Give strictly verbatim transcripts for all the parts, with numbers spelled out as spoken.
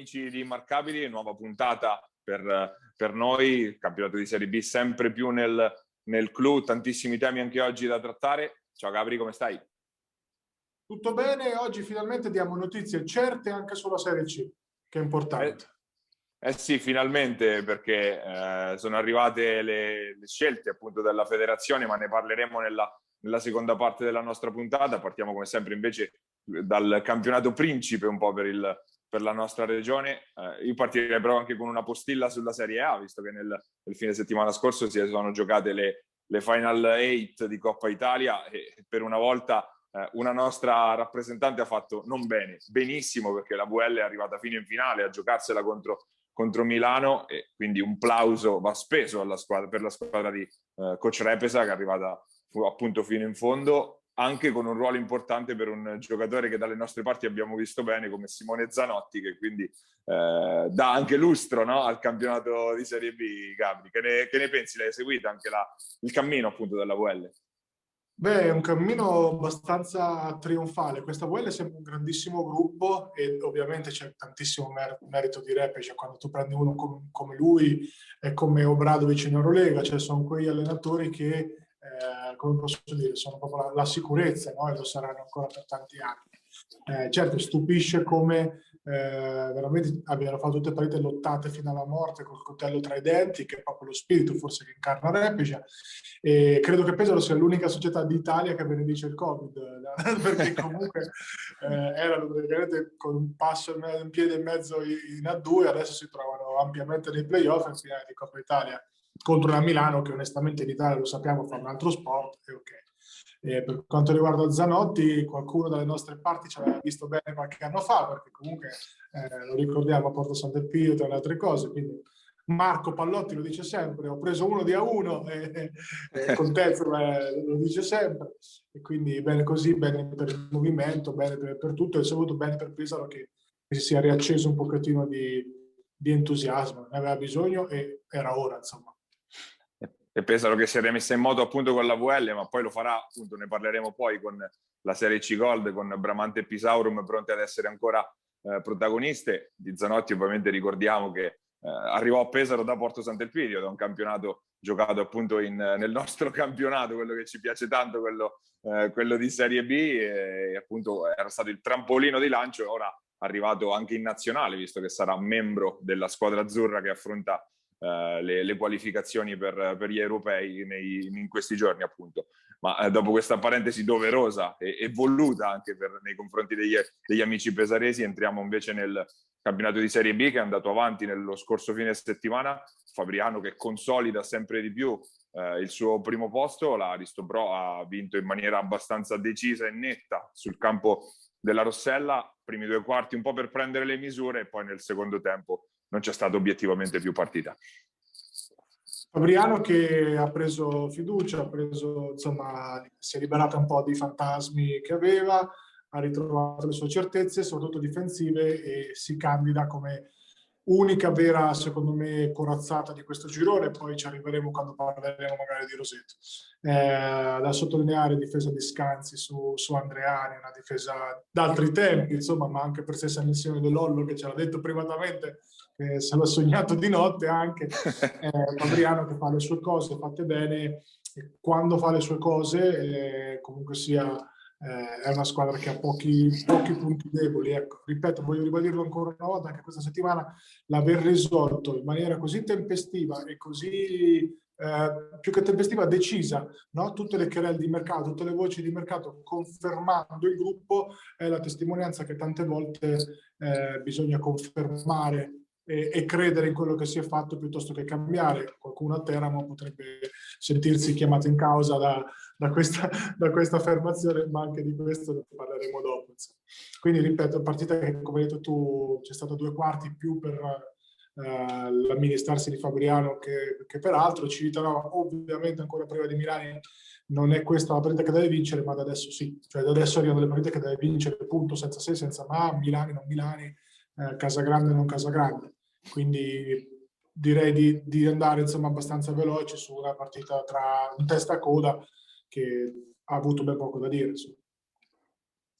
amici di Immarcabili, nuova puntata per, per noi, campionato di Serie B sempre più nel, nel clou, tantissimi temi anche oggi da trattare. Ciao Gabri, come stai? Tutto bene, oggi finalmente diamo notizie certe anche sulla Serie C, che è importante. Eh, eh sì, finalmente, perché eh, sono arrivate le, le scelte appunto della federazione, ma ne parleremo nella, nella seconda parte della nostra puntata. Partiamo come sempre invece dal campionato principe un po' per, il, per la nostra regione. Eh, io partirei però anche con una postilla sulla Serie A, visto che nel, nel fine settimana scorso si sono giocate le, le Final Eight di Coppa Italia e per una volta eh, una nostra rappresentante ha fatto non bene, benissimo, perché la V L è arrivata fino in finale a giocarsela contro, contro Milano, e quindi un plauso va speso alla squadra, per la squadra di eh, coach Repesa, che è arrivata appunto fino in fondo, anche con un ruolo importante per un giocatore che dalle nostre parti abbiamo visto bene come Simone Zanotti, che quindi eh, dà anche lustro, no, al campionato di Serie B. Gabri, che ne, che ne pensi? L'hai seguita anche la, il cammino appunto della V L? Beh, è un cammino abbastanza trionfale. Questa V L è sempre un grandissimo gruppo e ovviamente c'è tantissimo mer- merito di Repe, cioè quando tu prendi uno com- come lui e come Obradovic in Eurolega, cioè sono quegli allenatori che, eh, come posso dire, sono proprio la, la sicurezza, no? E lo saranno ancora per tanti anni. Eh, certo, stupisce come eh, veramente abbiano fatto tutte partite lottate fino alla morte col coltello tra i denti, che è proprio lo spirito forse che incarna Repeja. E credo che Pesaro sia l'unica società d'Italia che benedice il Covid, perché comunque eh, erano praticamente con un passo in piede e mezzo in A due, adesso si trovano ampiamente nei playoff in finale di Coppa Italia contro la Milano, che onestamente in Italia, lo sappiamo, fa un altro sport, e ok. Eh, per quanto riguarda Zanotti, qualcuno dalle nostre parti ci aveva visto bene qualche anno fa, perché comunque eh, lo ricordiamo a Porto Sant'Elpidio, tra le altre cose. Quindi Marco Pallotti lo dice sempre: ho preso uno di A uno, e, e con te eh, lo dice sempre. E quindi bene così, bene per il movimento, bene per, per tutto, e soprattutto bene per Pesaro che, che si sia riacceso un pochettino di, di entusiasmo. Ne aveva bisogno e era ora, insomma. E Pesaro che si è rimessa in moto appunto con la V L, ma poi lo farà, appunto, ne parleremo poi con la Serie C Gold, con Bramante e Pisaurum pronte ad essere ancora eh, protagoniste. Di Zanotti ovviamente ricordiamo che eh, arrivò a Pesaro da Porto Sant'Elpidio, da un campionato giocato appunto in, nel nostro campionato, quello che ci piace tanto, quello, eh, quello di Serie B, e appunto era stato il trampolino di lancio, e ora arrivato anche in nazionale, visto che sarà membro della squadra azzurra che affronta Uh, le, le qualificazioni per, per gli europei nei, in questi giorni appunto. Ma uh, dopo questa parentesi doverosa e, e voluta anche per, nei confronti degli, degli amici pesaresi, entriamo invece nel campionato di Serie B, che è andato avanti nello scorso fine settimana. Fabriano che consolida sempre di più uh, il suo primo posto, la Aristobro ha vinto in maniera abbastanza decisa e netta sul campo della Rossella, primi due quarti un po' per prendere le misure, e poi nel secondo tempo non c'è stata obiettivamente più partita. Fabriano che ha preso fiducia, ha preso, insomma, si è liberata un po' di fantasmi che aveva, ha ritrovato le sue certezze, soprattutto difensive, e si candida come unica vera, secondo me, corazzata di questo girone. Poi ci arriveremo quando parleremo magari di Roseto. Eh, da sottolineare difesa di Scanzi su, su Andreani, una difesa d'altri tempi, insomma, ma anche per stessa missione dell'Ollo, che ce l'ha detto privatamente, che se l'ha sognato di notte anche. Eh, Fabriano che fa le sue cose fatte bene, e quando fa le sue cose eh, comunque sia eh, è una squadra che ha pochi, pochi punti deboli. Ecco, ripeto, voglio ribadirlo ancora una volta, anche questa settimana, l'aver risolto in maniera così tempestiva e così eh, più che tempestiva, decisa, no? Tutte le querelle di mercato, tutte le voci di mercato, confermando il gruppo, è la testimonianza che tante volte eh, bisogna confermare e, e credere in quello che si è fatto piuttosto che cambiare. Qualcuno a Teramo potrebbe sentirsi chiamato in causa da, da, questa, da questa affermazione, ma anche di questo ne parleremo dopo. Insomma. Quindi ripeto, partita che, come hai detto tu, c'è stato due quarti più per uh, l'amministrarsi di Fabriano che, che per altro. Civitanova ovviamente ancora prima di Milani non è questa la partita che deve vincere, ma da adesso sì, cioè da adesso arrivano le partite che deve vincere, punto, senza se, senza ma, Milani non Milani, eh, Casagrande non Casagrande. Quindi direi di, di andare insomma abbastanza veloci su una partita tra un testa a coda che ha avuto ben poco da dire. Insomma.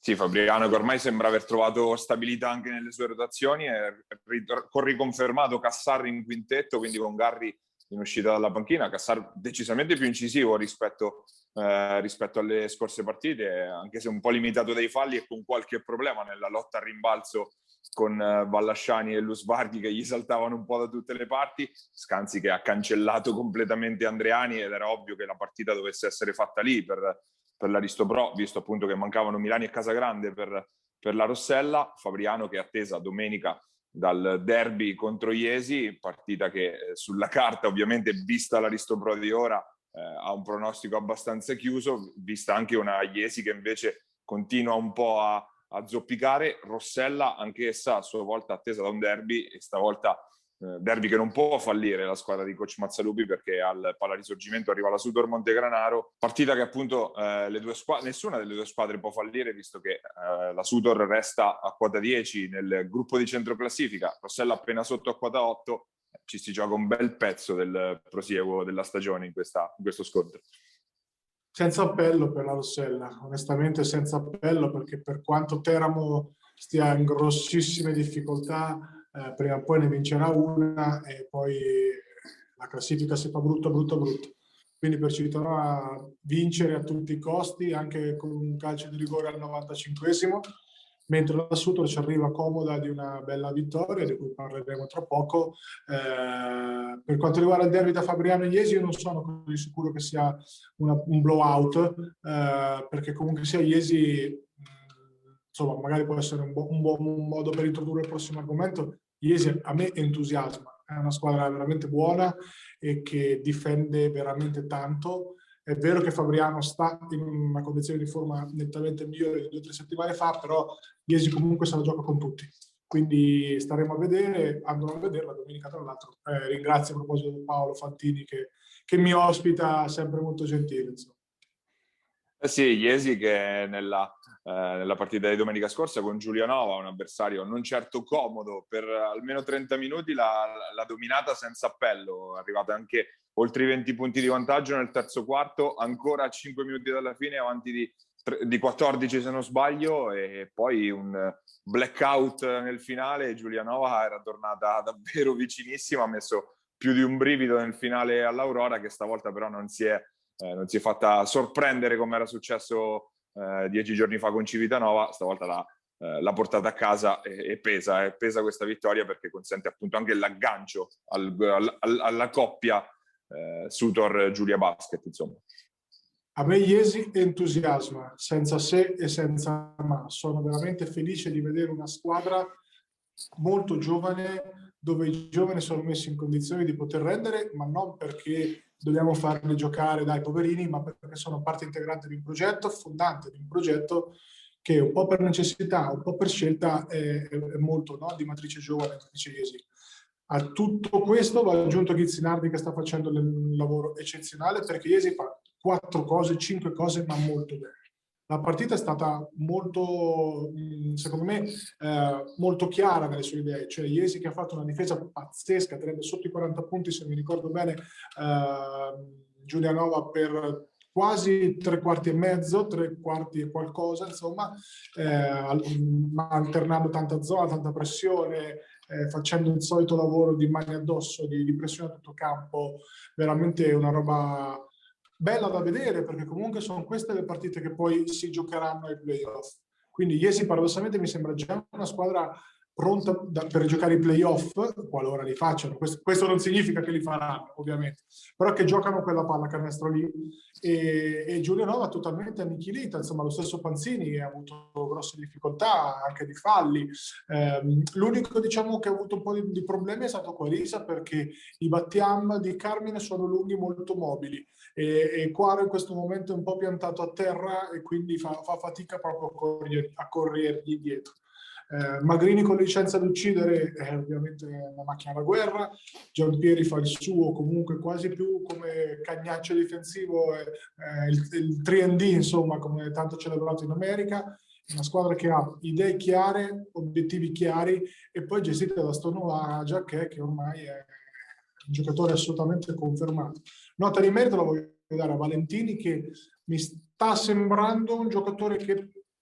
Sì, Fabriano che ormai sembra aver trovato stabilità anche nelle sue rotazioni, è riconfermato Cassar in quintetto, quindi con Garri in uscita dalla panchina. Cassar decisamente più incisivo rispetto, eh, rispetto alle scorse partite, anche se un po' limitato dai falli e con qualche problema nella lotta al rimbalzo con eh, Vallasciani e Lusvardi che gli saltavano un po' da tutte le parti. Scanzi che ha cancellato completamente Andreani ed era ovvio che la partita dovesse essere fatta lì per per l'Aristopro, visto appunto che mancavano Milani e Casagrande per, per la Rossella. Fabriano che è attesa domenica dal derby contro Iesi, partita che eh, sulla carta ovviamente, vista l'Aristopro di ora, eh, ha un pronostico abbastanza chiuso, vista anche una Iesi che invece continua un po' a, a zoppicare. Rossella anch'essa a sua volta attesa da un derby, e stavolta derby che non può fallire la squadra di coach Mazzalupi, perché al Palarisorgimento arriva la Sudor Montegranaro, partita che appunto eh, le due squadre, nessuna delle due squadre può fallire, visto che eh, la Sudor resta a quota dieci nel gruppo di centroclassifica, Rossella appena sotto a quota otto. Ci si gioca un bel pezzo del prosieguo della stagione in, questa, in questo scontro. Senza appello per la Rossella, onestamente senza appello, perché per quanto Teramo stia in grossissime difficoltà, Eh, prima o poi ne vincerà una e poi la classifica si fa brutta, brutta, brutta. Quindi perciò vincere a tutti i costi, anche con un calcio di rigore al novantacinquesimo, mentre la Sutor ci arriva comoda di una bella vittoria, di cui parleremo tra poco. Eh, per quanto riguarda il derby da Fabriano e Iesi, io non sono così sicuro che sia una, un blowout, eh, perché comunque sia Iesi... Insomma, magari può essere un, bu- un buon modo per introdurre il prossimo argomento. Iesi a me entusiasma, è una squadra veramente buona e che difende veramente tanto. È vero che Fabriano sta in una condizione di forma nettamente migliore di due o tre settimane fa, però Iesi comunque se la gioca con tutti. Quindi staremo a vedere, andrò a vederla domenica tra l'altro. Eh, ringrazio a proposito Paolo Fantini che, che mi ospita, sempre molto gentile. Insomma. Eh sì, Iesi che nella, eh, nella partita di domenica scorsa con Giulianova, un avversario non certo comodo, per almeno trenta minuti l'ha, l'ha dominata senza appello, è arrivata anche oltre i venti punti di vantaggio nel terzo quarto, ancora a cinque minuti dalla fine, avanti di, di quattordici se non sbaglio, e poi un blackout nel finale. Giulianova era tornata davvero vicinissima, ha messo più di un brivido nel finale all'Aurora, che stavolta però non si è Eh, non si è fatta sorprendere come era successo eh, dieci giorni fa con Civitanova. Stavolta l'ha, eh, l'ha portata a casa e, e pesa, eh, pesa questa vittoria, perché consente appunto anche l'aggancio al, al, al, alla coppia eh, Sutor-Giulia Basket, insomma. A me Iesi entusiasma, senza se e senza ma. Sono veramente felice di vedere una squadra molto giovane, dove i giovani sono messi in condizioni di poter rendere, ma non perché dobbiamo farli giocare dai poverini, ma perché sono parte integrante di un progetto, fondante di un progetto che un po' per necessità, un po' per scelta è, è molto, no? Di matrice giovane, matrice Iesi. A tutto questo va aggiunto Ghizzinardi, che sta facendo un lavoro eccezionale, perché Iesi fa quattro cose, cinque cose, ma molto bene. La partita è stata molto, secondo me, eh, molto chiara nelle sue idee. Cioè Iesi che ha fatto una difesa pazzesca, tenendo sotto i quaranta punti, se mi ricordo bene, eh, Giulianova per quasi tre quarti e mezzo, tre quarti e qualcosa, insomma, eh, alternando tanta zona, tanta pressione, eh, facendo il solito lavoro di mani addosso, di, di pressione a tutto campo. Veramente una roba bella da vedere, perché comunque sono queste le partite che poi si giocheranno ai playoff. Quindi Iesi paradossalmente mi sembra già una squadra pronta da, per giocare i playoff, qualora li facciano. Questo, questo non significa che li faranno, ovviamente, però che giocano quella palla canestro lì. E, e Giulianova totalmente annichilita, insomma lo stesso Panzini ha avuto grosse difficoltà, anche di falli. Eh, l'unico, diciamo, che ha avuto un po' di, di problemi è stato Qualisa, perché i Battiam di Carmine sono lunghi, molto mobili, e, e Quaro in questo momento è un po' piantato a terra e quindi fa, fa fatica proprio a, corrier, a corrergli dietro. Eh, Magrini con licenza ad uccidere è ovviamente una macchina da guerra. Giampieri fa il suo comunque quasi più come cagnaccio difensivo, eh, il, il tre and D, insomma, come tanto celebrato in America. Una squadra che ha idee chiare, obiettivi chiari, e poi gestita da Stonova Giacchè, che ormai è un giocatore assolutamente confermato. Nota di merito la voglio dare a Valentini, che mi sta sembrando un giocatore che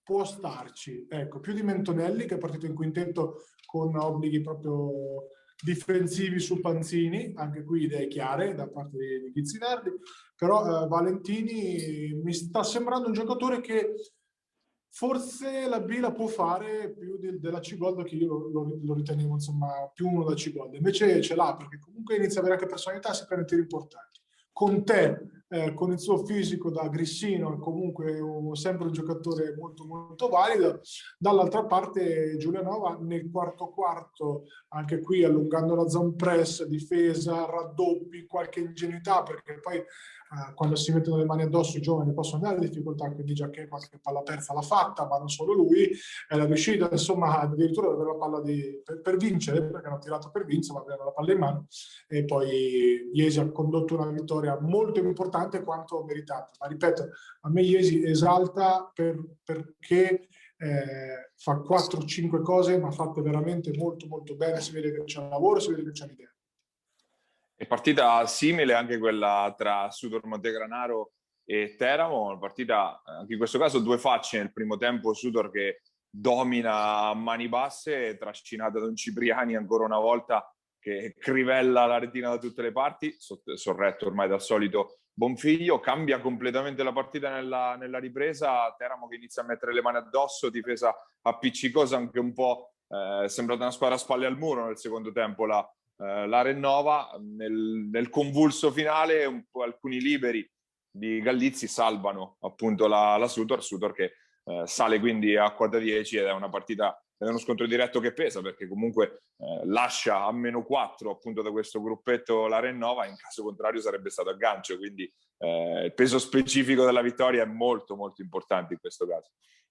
può starci. Ecco, più di Mentonelli, che è partito in quintetto con obblighi proprio difensivi su Panzini, anche qui idee chiare da parte di, di Chizzinardi, però eh, Valentini mi sta sembrando un giocatore che forse la B la può fare più di, della Cigolda, che io lo, lo ritenevo insomma più uno da Cigolda, invece ce l'ha perché comunque inizia ad avere anche personalità, si prende tiri importanti. Con te, eh, con il suo fisico da grissino, è comunque un, sempre un giocatore molto molto valido. Dall'altra parte Giulianova nel quarto quarto, anche qui allungando la zone press, difesa, raddoppi, qualche ingenuità, perché poi eh, quando si mettono le mani addosso i giovani possono andare in difficoltà, quindi già che qualche palla persa l'ha fatta, ma non solo lui, è la riuscita insomma addirittura ad avere la palla di, per, per vincere, perché hanno tirato per vincere, ma avevano la palla in mano, e poi Iesi ha condotto una vittoria molto importante quanto meritata. Ma ripeto, a me Iesi esalta per, perché eh, fa quattro cinque cose, ma fatte veramente molto molto bene, si vede che c'è un lavoro, si vede che c'è un'idea. È partita simile anche quella tra Sudor Montegranaro e Teramo, una partita anche in questo caso due facce. Nel primo tempo Sudor che domina a mani basse, trascinata da un Cipriani ancora una volta che crivella la retina da tutte le parti, sorretto ormai dal solito Bonfiglio. Cambia completamente la partita nella, nella ripresa, Teramo che inizia a mettere le mani addosso, difesa appiccicosa, anche un po' eh, sembrata una squadra a spalle al muro nel secondo tempo la, eh, la Rennova. Nel, nel convulso finale un po' alcuni liberi di Gallizzi salvano appunto la, la Sutor, Sutor che eh, sale quindi a quota dieci, ed è una partita, è uno scontro diretto che pesa, perché comunque eh, lascia a meno quattro appunto da questo gruppetto la Rennova, in caso contrario sarebbe stato a gancio, quindi eh, il peso specifico della vittoria è molto molto importante in questo caso.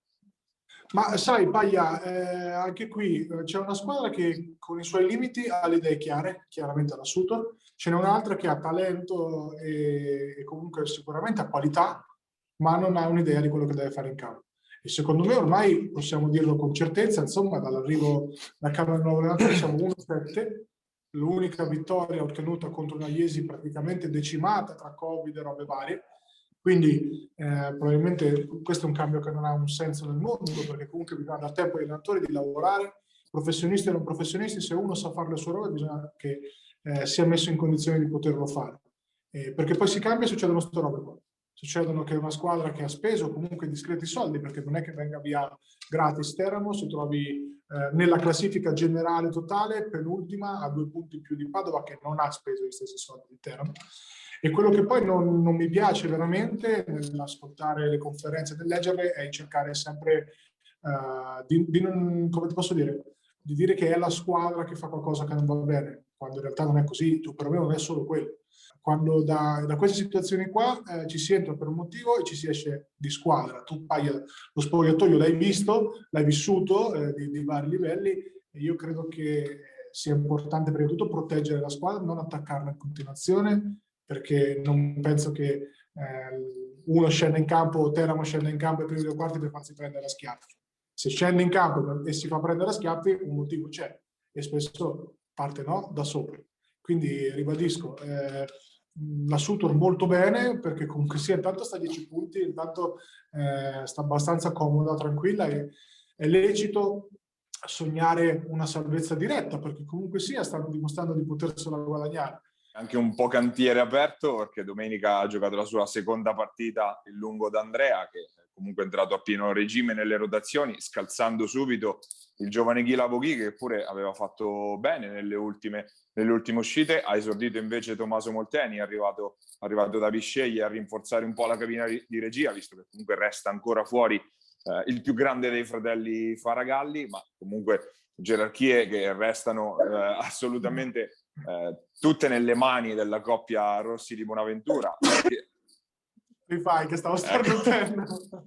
Ma sai, Paglia, eh, anche qui eh, c'è una squadra che con i suoi limiti ha le idee chiare, chiaramente la Sutor, ce n'è un'altra che ha talento e, e comunque sicuramente ha qualità, ma non ha un'idea di quello che deve fare in campo. E secondo me ormai possiamo dirlo con certezza, insomma, dall'arrivo da Camera del nuovo allenatore siamo uno sette, l'unica vittoria ottenuta contro una Iesi praticamente decimata tra Covid e robe varie. Quindi eh, probabilmente questo è un cambio che non ha un senso nel mondo, perché comunque bisogna dar tempo agli allenatori di lavorare, professionisti e non professionisti. Se uno sa fare le sue robe bisogna che eh, sia messo in condizione di poterlo fare, eh, perché poi si cambia e succedono queste robe qua. Succedono che una squadra che ha speso comunque discreti soldi, perché non è che venga via gratis Teramo, si trovi eh, nella classifica generale totale penultima a due punti in più di Padova, che non ha speso gli stessi soldi di Teramo. E quello che poi non, non mi piace veramente nell'ascoltare le conferenze, nel leggerle, è cercare sempre uh, di, di non, come ti posso dire, di dire che è la squadra che fa qualcosa che non va bene, quando in realtà non è così. Per me non è solo quello. Quando da, da queste situazioni qua eh, ci si entra per un motivo e ci si esce di squadra. Tu Paglia, lo spogliatoio l'hai visto, l'hai vissuto eh, di, di vari livelli, e io credo che sia importante prima di tutto proteggere la squadra, non attaccarla in continuazione, perché non penso che eh, uno scenda in campo, Teramo scenda in campo ai primi due quarti per farsi prendere a schiaffi. Se scende in campo e si fa prendere a schiaffi, un motivo c'è, e spesso parte no, da sopra. Quindi ribadisco, eh, la Sutor molto bene, perché comunque sia intanto sta a dieci punti, intanto eh, sta abbastanza comoda, tranquilla, e è lecito sognare una salvezza diretta, perché comunque sia stanno dimostrando di potersela guadagnare. Anche un po' cantiere aperto, perché domenica ha giocato la sua seconda partita il lungo d'Andrea, che è comunque entrato a pieno regime nelle rotazioni, scalzando subito il giovane Ghila Voghi, che pure aveva fatto bene nelle ultime, nelle ultime uscite. Ha esordito invece Tommaso Molteni, è arrivato, arrivato da Bisceglie a rinforzare un po' la cabina di regia, visto che comunque resta ancora fuori eh, il più grande dei fratelli Faragalli, ma comunque gerarchie che restano eh, assolutamente eh, tutte nelle mani della coppia Rossi di Bonaventura. Rifai che stavo starnutendo. Ecco.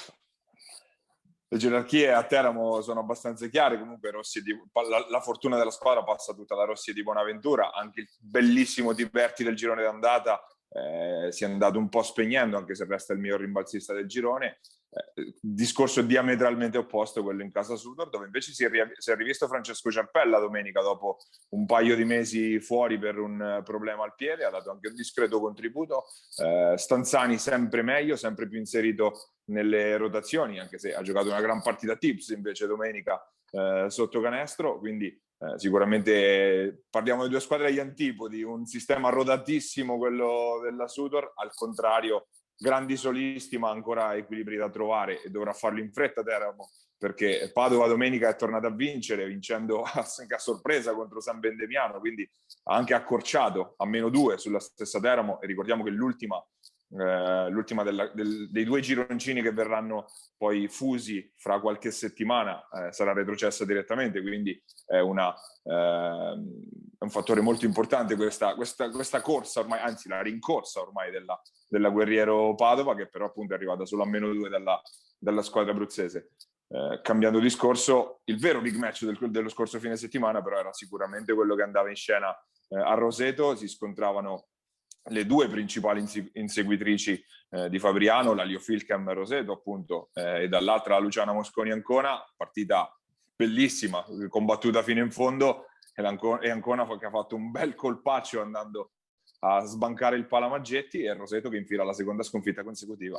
Le gerarchie a Teramo sono abbastanza chiare, comunque Rossi di, la, la fortuna della squadra passa tutta da Rossi di Bonaventura, anche il bellissimo Tiberti del girone d'andata eh, si è andato un po' spegnendo, anche se resta il miglior rimbalzista del girone. Eh, discorso diametralmente opposto quello in casa Sudor, dove invece si è, ri- si è rivisto Francesco Ciappella domenica dopo un paio di mesi fuori per un problema al piede, ha dato anche un discreto contributo. eh, Stanzani sempre meglio, sempre più inserito nelle rotazioni, anche se ha giocato una gran partita tips invece domenica eh, sotto canestro, quindi eh, sicuramente parliamo di due squadre agli antipodi, un sistema rodatissimo quello della Sudor, al contrario grandi solisti ma ancora equilibri da trovare, e dovrà farlo in fretta Teramo, perché Padova domenica è tornata a vincere, vincendo anche a sorpresa contro San Bendemiano, quindi ha anche accorciato a meno due sulla stessa Teramo, e ricordiamo che l'ultima, eh, l'ultima della, del, dei due gironcini che verranno poi fusi fra qualche settimana eh, sarà retrocessa direttamente, quindi è, una, eh, è un fattore molto importante questa, questa, questa corsa ormai, anzi la rincorsa ormai della della Guerriero Padova, che però appunto è arrivata solo a meno due dalla, dalla squadra abruzzese. Eh, cambiando discorso, il vero big match del, dello scorso fine settimana però era sicuramente quello che andava in scena eh, a Roseto. Si scontravano le due principali inseguitrici eh, di Fabriano, la Lio Filchem Roseto appunto, eh, e dall'altra la Luciana Mosconi Ancona, partita bellissima, combattuta fino in fondo, e, e Ancona che ha fatto un bel colpaccio andando a sbancare il Palamaggetti, e Roseto che infila la seconda sconfitta consecutiva.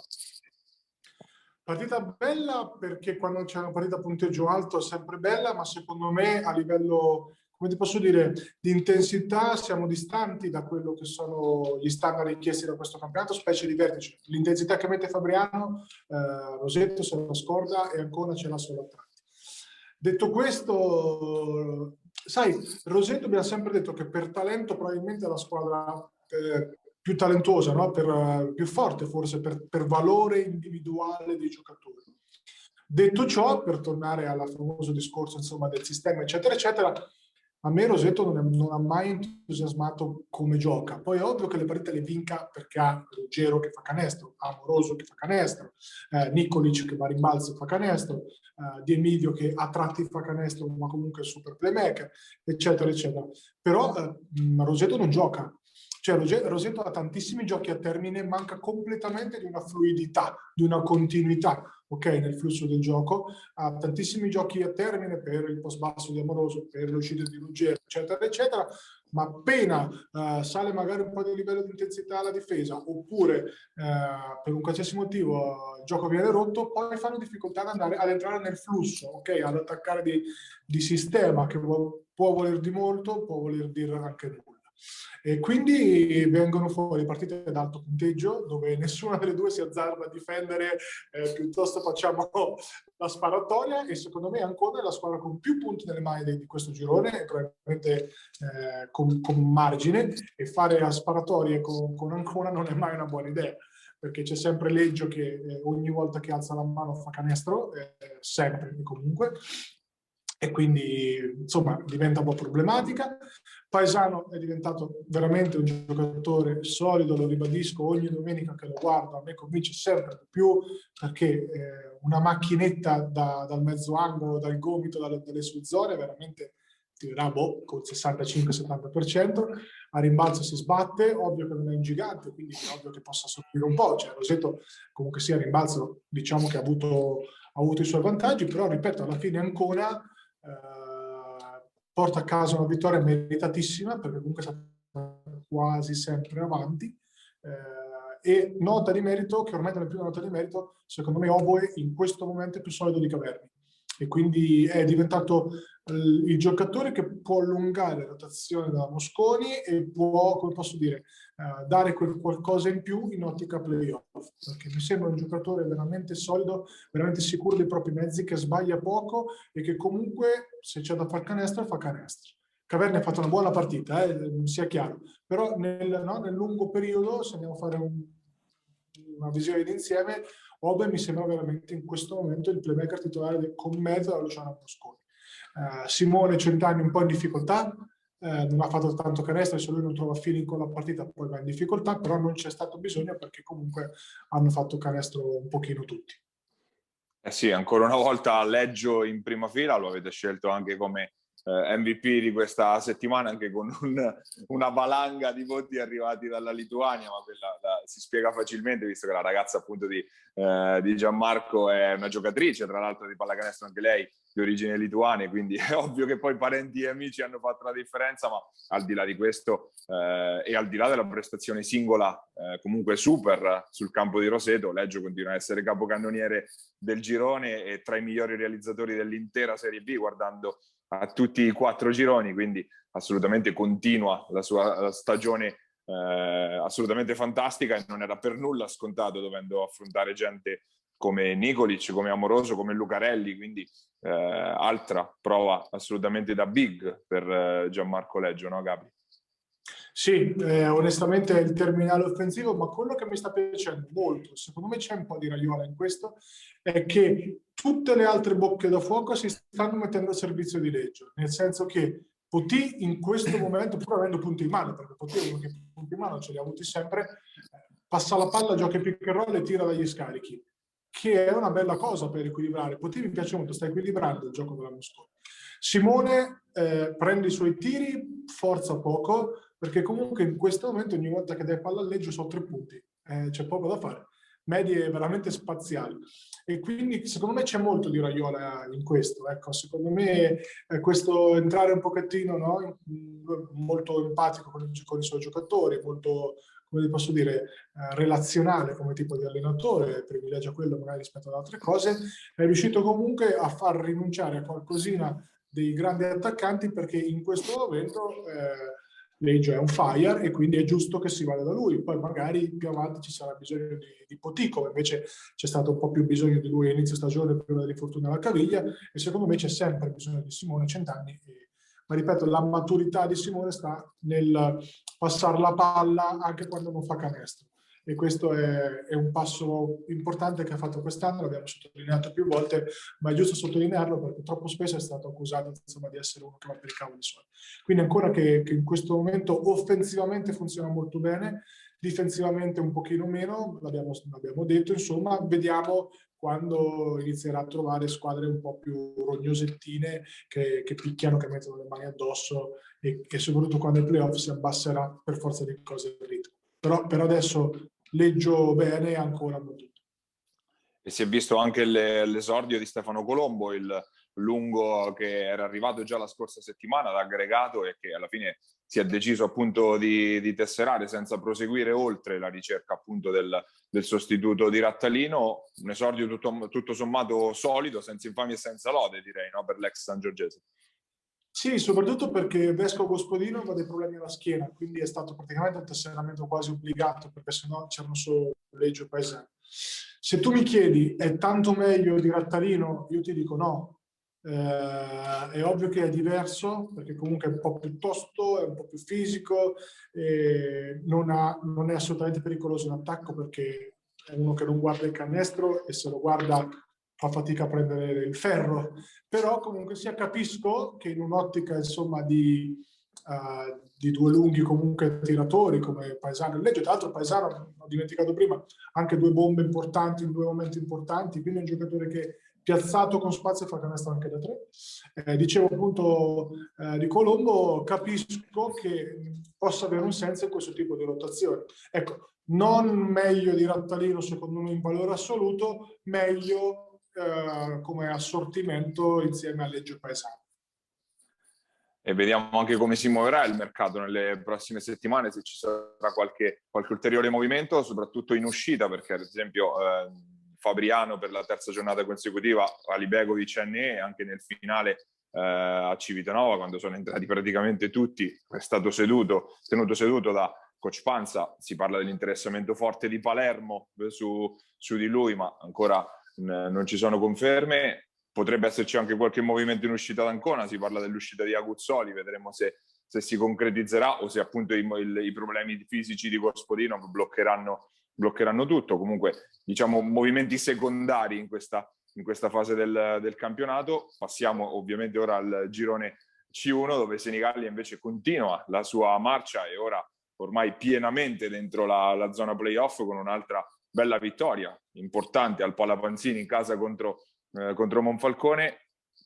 Partita bella, perché quando c'è una partita a punteggio alto è sempre bella, ma secondo me a livello, come ti posso dire, di intensità siamo distanti da quello che sono gli standard richiesti da questo campionato, specie di vertice. L'intensità che mette Fabriano, eh, Roseto se la scorda e ancora ce l'ha solo a tratti. Detto questo, sai, Roseto abbiamo sempre detto che per talento probabilmente è la squadra eh, più talentuosa, no? Per, più forte forse per, per valore individuale dei giocatori. Detto ciò, per tornare al famoso discorso insomma, del sistema, eccetera, eccetera, a me Roseto non, è, non ha mai entusiasmato come gioca. Poi è ovvio che le partite le vinca perché ha Ruggero che fa canestro, ha Amoroso che fa canestro, eh, Nicolic che va a rimbalzo e fa canestro, eh, Di Emidio che a tratti fa canestro ma comunque è super playmaker, eccetera, eccetera. Però eh, Roseto non gioca. Cioè Roseto ha tantissimi giochi a termine, manca completamente di una fluidità, di una continuità, ok, nel flusso del gioco. Ha tantissimi giochi a termine per il post basso di Amoroso, per l'uscita di Ruggero, eccetera, eccetera, ma appena uh, sale magari un po' di livello di intensità alla difesa, oppure uh, per un qualsiasi motivo uh, il gioco viene rotto, poi fanno difficoltà ad, andare, ad entrare nel flusso, ok, ad attaccare di, di sistema, che può, può voler di molto, può voler dire anche nulla. E quindi vengono fuori partite ad alto punteggio dove nessuna delle due si azzarda a difendere, eh, piuttosto facciamo la sparatoria, e secondo me ancora è la squadra con più punti nelle mani di questo girone, probabilmente eh, con, con margine, e fare la sparatoria con, con Ancona non è mai una buona idea, perché c'è sempre Leggio che eh, ogni volta che alza la mano fa canestro, eh, sempre e comunque, e quindi insomma diventa un po' problematica. Paesano è diventato veramente un giocatore solido, lo ribadisco, ogni domenica che lo guardo a me convince sempre di più, perché eh, una macchinetta da, dal mezzo angolo, dal gomito, dalle, dalle sue zone, veramente tirerà boh, col sessantacinque settanta per cento, a rimbalzo si sbatte, ovvio che non è un gigante, quindi è ovvio che possa soffrire un po', cioè Roseto comunque sia a rimbalzo diciamo che ha avuto, ha avuto i suoi vantaggi, però ripeto, alla fine Ancona Uh, porta a casa una vittoria meritatissima, perché comunque è stata quasi sempre avanti, uh, e nota di merito, che ormai non è più una nota di merito, secondo me Oboe in questo momento è più solido di Caverni, e quindi è diventato uh, il giocatore che può allungare la rotazione della Mosconi e può, come posso dire, uh, dare quel qualcosa in più in ottica playoff, perché mi sembra un giocatore veramente solido, veramente sicuro dei propri mezzi, che sbaglia poco e che comunque se c'è da far canestro fa canestro. Caverni ha fatto una buona partita, eh, sia chiaro, però nel, no, nel lungo periodo, se andiamo a fare un, una visione d'insieme, Obe mi sembra veramente in questo momento il playmaker titolare con mezzo alla Luciana Mosconi. Uh, Simone Centanni un po' in difficoltà, uh, non ha fatto tanto canestro, se lui non trova feeling con la partita poi va in difficoltà, però non c'è stato bisogno perché comunque hanno fatto canestro un pochino tutti. Eh sì, ancora una volta Leggio in prima fila, lo avete scelto anche come eh, M V P di questa settimana, anche con un, una valanga di voti arrivati dalla Lituania, ma quella la, si spiega facilmente, visto che la ragazza appunto di, eh, di Gianmarco è una giocatrice, tra l'altro di pallacanestro anche lei, di origine lituane, quindi è ovvio che poi parenti e amici hanno fatto la differenza, ma al di là di questo eh, e al di là della prestazione singola eh, comunque super sul campo di Roseto, Leggio continua a essere capocannoniere del girone e tra i migliori realizzatori dell'intera Serie B, guardando a tutti i quattro gironi, quindi assolutamente continua la sua la stagione eh, assolutamente fantastica, e non era per nulla scontato, dovendo affrontare gente come Nicolic, come Amoroso, come Lucarelli, quindi eh, altra prova assolutamente da big per eh, Gianmarco Leggio, no Gabri? Sì, eh, onestamente è il terminale offensivo, ma quello che mi sta piacendo molto, secondo me c'è un po' di raiola in questo, è che tutte le altre bocche da fuoco si stanno mettendo a servizio di Leggio, nel senso che Potì in questo momento, pur avendo punti in mano, perché Potì è uno che punti in mano ce li ha avuti sempre, passa la palla, gioca pick and roll e tira dagli scarichi, che è una bella cosa per equilibrare. Potì mi piace molto, sta equilibrando il gioco dell'anno scorso. Simone eh, prende i suoi tiri, forza poco, perché comunque in questo momento ogni volta che dai palla al Leggio sono tre punti, eh, c'è poco da fare, medie veramente spaziali, e quindi secondo me c'è molto di Raiola in questo, ecco, secondo me eh, questo entrare un pochettino, no, molto empatico con, il, con i suoi giocatori, molto, come posso dire, eh, relazionale come tipo di allenatore, privilegia quello magari rispetto ad altre cose, è riuscito comunque a far rinunciare a qualcosina dei grandi attaccanti, perché in questo momento eh, Leggio è un fire e quindi è giusto che si vada da lui. Poi magari più avanti ci sarà bisogno di, di Potì, come invece c'è stato un po' più bisogno di lui a inizio stagione prima dell'infortunio alla caviglia, e secondo me c'è sempre bisogno di Simone Centanni. E, ma ripeto, la maturità di Simone sta nel passare la palla anche quando non fa canestro. E questo è, è un passo importante che ha fatto quest'anno, l'abbiamo sottolineato più volte, ma è giusto sottolinearlo perché troppo spesso è stato accusato, insomma, di essere uno che va per i cavoli suoi. Quindi ancora che, che in questo momento offensivamente funziona molto bene, difensivamente un pochino meno, l'abbiamo, l'abbiamo detto, insomma, vediamo quando inizierà a trovare squadre un po' più rognosettine che, che picchiano, che mettono le mani addosso, e, e soprattutto quando il playoff si abbasserà per forza di cose il ritmo. Però per adesso Leggio bene ancora molto. E si è visto anche l'esordio di Stefano Colombo, il lungo che era arrivato già la scorsa settimana da aggregato e che alla fine si è deciso appunto di, di tesserare senza proseguire oltre la ricerca appunto del, del sostituto di Rattalino. Un esordio tutto, tutto sommato solido, senza infamia e senza lode, direi, no? Per l'ex Sangiorgese. Sì, soprattutto perché Vescovo Gospodino aveva dei problemi alla schiena, quindi è stato praticamente un tesseramento quasi obbligato, perché sennò c'erano solo Leggio e Paesano. Se tu mi chiedi è tanto meglio di Rattalino, io ti dico no. Eh, è ovvio che è diverso, perché comunque è un po' più tosto, è un po' più fisico, e non, ha, non è assolutamente pericoloso in attacco, perché è uno che non guarda il canestro, e se lo guarda fa fatica a prendere il ferro. Però comunque sia capisco che in un'ottica, insomma, di, uh, di due lunghi comunque tiratori come Paesano e Leggio, tra l'altro Paesano, ho dimenticato prima, anche due bombe importanti in due momenti importanti, quindi è un giocatore che piazzato con spazio fa canestro anche da tre. Eh, dicevo appunto eh, di Colombo, capisco che possa avere un senso in questo tipo di rotazione. Ecco, non meglio di Rattalino secondo me in valore assoluto, meglio Uh, come assortimento insieme a Leggio Paesano. E vediamo anche come si muoverà il mercato nelle prossime settimane, se ci sarà qualche, qualche ulteriore movimento, soprattutto in uscita, perché ad esempio eh, Fabriano per la terza giornata consecutiva, Ali Begovic e anche nel finale eh, a Civitanova, quando sono entrati praticamente tutti, è stato seduto, tenuto seduto da Coach Panza. Si parla dell'interessamento forte di Palermo su, su di lui, ma ancora non ci sono conferme. Potrebbe esserci anche qualche movimento in uscita da Ancona, si parla dell'uscita di Aguzzoli, vedremo se, se si concretizzerà o se appunto i, il, i problemi fisici di Gospodino bloccheranno, bloccheranno tutto. Comunque diciamo movimenti secondari in questa, in questa fase del, del campionato. Passiamo ovviamente ora al girone C uno, dove Senigallia invece continua la sua marcia e ora ormai pienamente dentro la, la zona playoff, con un'altra bella vittoria importante al Pala Panzini in casa contro, eh, contro Monfalcone.